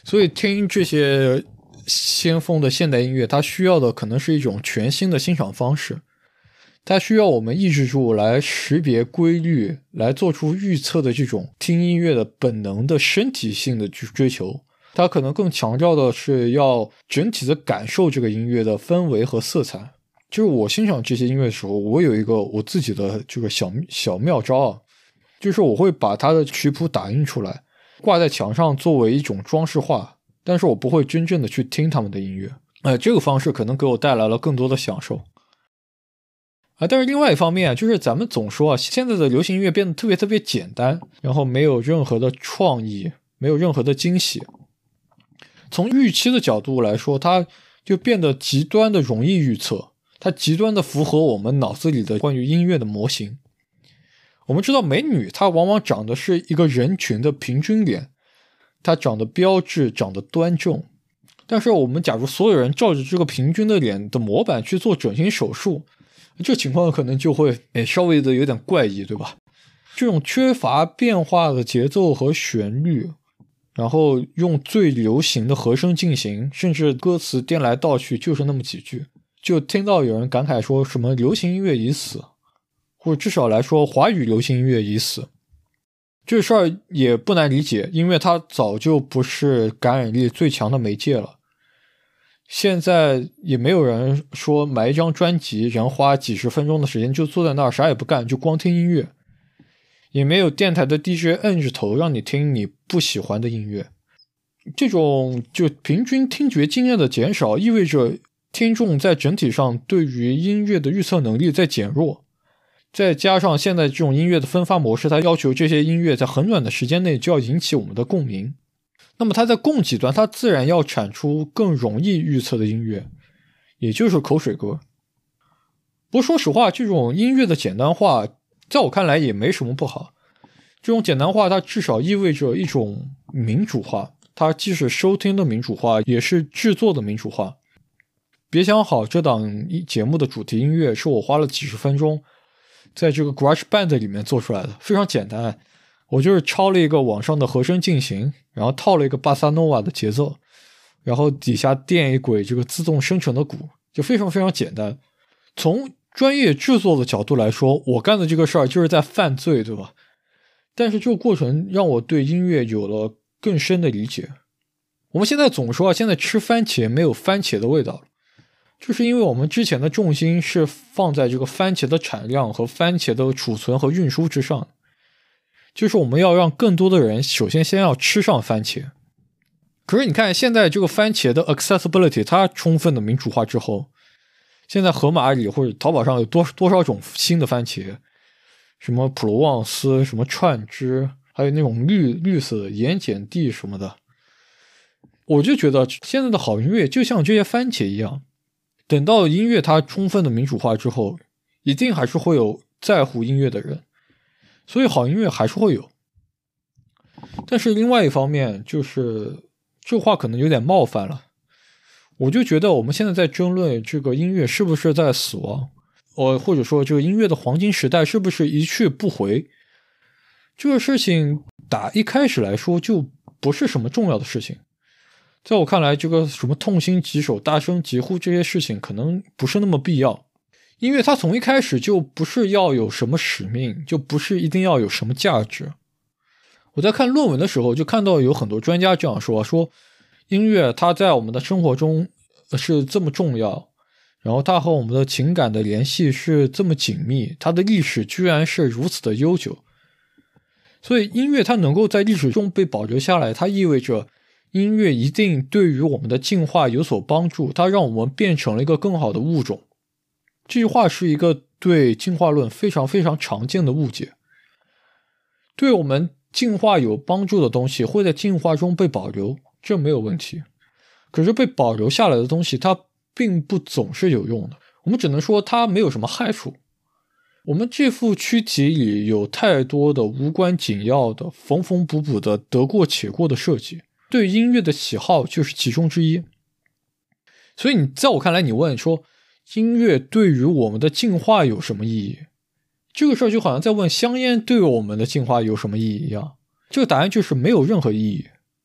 所以听这些先锋的现代音乐，它需要的可能是一种全新的欣赏方式，它需要我们抑制住来识别规律，来做出预测的这种听音乐的本能的身体性的追求。它可能更强调的是要整体的感受这个音乐的氛围和色彩。就是我欣赏这些音乐的时候，我有一个我自己的这个小妙招啊，就是我会把它的曲谱打印出来，挂在墙上作为一种装饰画，但是我不会真正的去听他们的音乐。这个方式可能给我带来了更多的享受。但是另外一方面就是咱们总说现在的流行音乐变得特别特别简单，然后没有任何的创意，没有任何的惊喜。从预期的角度来说，它就变得极端的容易预测，它极端的符合我们脑子里的关于音乐的模型。我们知道美女她往往长的是一个人群的平均脸，她长得标致，长得端正。但是我们假如所有人照着这个平均的脸的模板去做整形手术，这情况可能就会稍微的有点怪异，对吧？这种缺乏变化的节奏和旋律，然后用最流行的和声进行，甚至歌词颠来倒去就是那么几句，就听到有人感慨说什么流行音乐已死，或者至少来说华语流行音乐已死。这事儿也不难理解，因为它早就不是感染力最强的媒介了。现在也没有人说买一张专辑人花几十分钟的时间就坐在那儿啥也不干就光听音乐，也没有电台的 DJ 摁着头让你听你不喜欢的音乐。这种就平均听觉经验的减少，意味着听众在整体上对于音乐的预测能力在减弱，再加上现在这种音乐的分发模式，它要求这些音乐在很短的时间内就要引起我们的共鸣，那么它在供给端它自然要产出更容易预测的音乐，也就是口水歌。不过说实话，这种音乐的简单化在我看来也没什么不好。这种简单化它至少意味着一种民主化，它既是收听的民主化，也是制作的民主化。别想好这档节目的主题音乐是我花了几十分钟在这个 GarageBand 里面做出来的，非常简单。我就是抄了一个网上的和声进行，然后套了一个巴萨诺瓦的节奏，然后底下垫一轨这个自动生成的鼓，就非常非常简单。从专业制作的角度来说，我干的这个事儿就是在犯罪，对吧？但是这个过程让我对音乐有了更深的理解。我们现在总说现在吃番茄没有番茄的味道了，就是因为我们之前的重心是放在这个番茄的产量和番茄的储存和运输之上，就是我们要让更多的人首先先要吃上番茄。可是你看现在这个番茄的 accessibility 它充分的民主化之后，现在盒马里或者淘宝上有多少种新的番茄，什么普罗旺斯，什么串枝，还有那种绿色的盐碱地什么的。我就觉得现在的好音乐就像这些番茄一样，等到音乐它充分的民主化之后，一定还是会有在乎音乐的人，所以好音乐还是会有。但是另外一方面，就是这话可能有点冒犯了，我就觉得我们现在在争论这个音乐是不是在死亡，或者说这个音乐的黄金时代是不是一去不回，这个事情打一开始来说就不是什么重要的事情。在我看来，这个什么痛心疾首、大声疾呼这些事情可能不是那么必要。音乐它从一开始就不是要有什么使命，就不是一定要有什么价值。我在看论文的时候就看到有很多专家这样说音乐它在我们的生活中是这么重要，然后它和我们的情感的联系是这么紧密，它的历史居然是如此的悠久。所以音乐它能够在历史中被保留下来，它意味着音乐一定对于我们的进化有所帮助，它让我们变成了一个更好的物种。这句话是一个对进化论非常非常常见的误解。对我们进化有帮助的东西会在进化中被保留，这没有问题。可是被保留下来的东西它并不总是有用的，我们只能说它没有什么害处。我们这副躯体里有太多的无关紧要的缝缝补补的得过且过的设计，对音乐的喜好就是其中之一。所以在我看来，你问说音乐对于我们的进化有什么意义，这个事儿就好像在问香烟对我们的进化有什么意义一样。这个答案就是没有任何意义。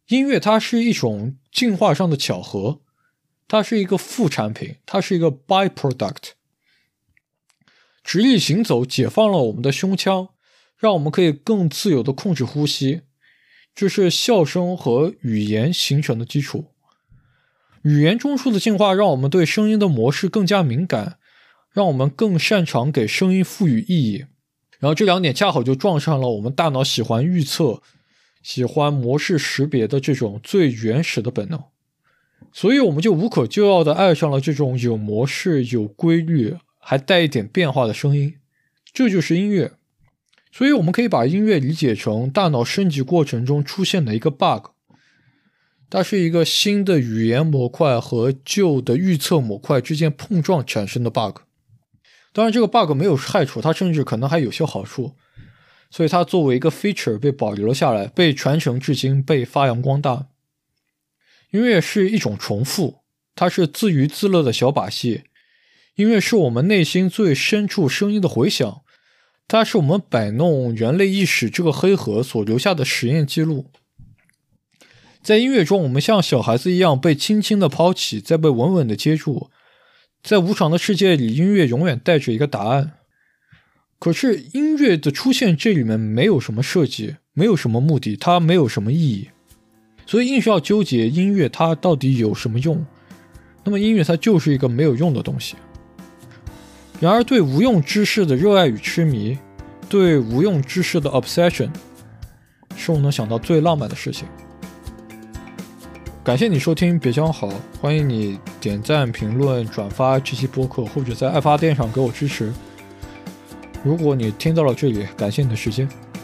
音乐它是一种进化上的巧合，它是一个副产品，它是一个 byproduct。直立行走解放了我们的胸腔，让我们可以更自由地控制呼吸，这是笑声和语言形成的基础。语言中枢的进化让我们对声音的模式更加敏感，让我们更擅长给声音赋予意义。然后这两点恰好就撞上了我们大脑喜欢预测、喜欢模式识别的这种最原始的本能。所以我们就无可救药地爱上了这种有模式、有规律还带一点变化的声音，这就是音乐。所以我们可以把音乐理解成大脑升级过程中出现的一个 bug， 它是一个新的语言模块和旧的预测模块之间碰撞产生的 bug。 当然这个 bug 没有害处，它甚至可能还有些好处，所以它作为一个 feature 被保留了下来，被传承至今，被发扬光大。音乐是一种重复，它是自娱自乐的小把戏。音乐是我们内心最深处声音的回响，它是我们摆弄人类意识这个黑盒所留下的实验记录。在音乐中，我们像小孩子一样被轻轻地抛起，再被稳稳地接住。在无常的世界里，音乐永远带着一个答案。可是音乐的出现这里面没有什么设计，没有什么目的，它没有什么意义，所以硬是要纠结音乐它到底有什么用，那么音乐它就是一个没有用的东西。然而对无用知识的热爱与痴迷，对无用知识的 obsession， 是我能想到最浪漫的事情。感谢你收听别讲好，欢迎你点赞、评论、转发这期播客，或者在爱发电上给我支持。如果你听到了这里，感谢你的时间。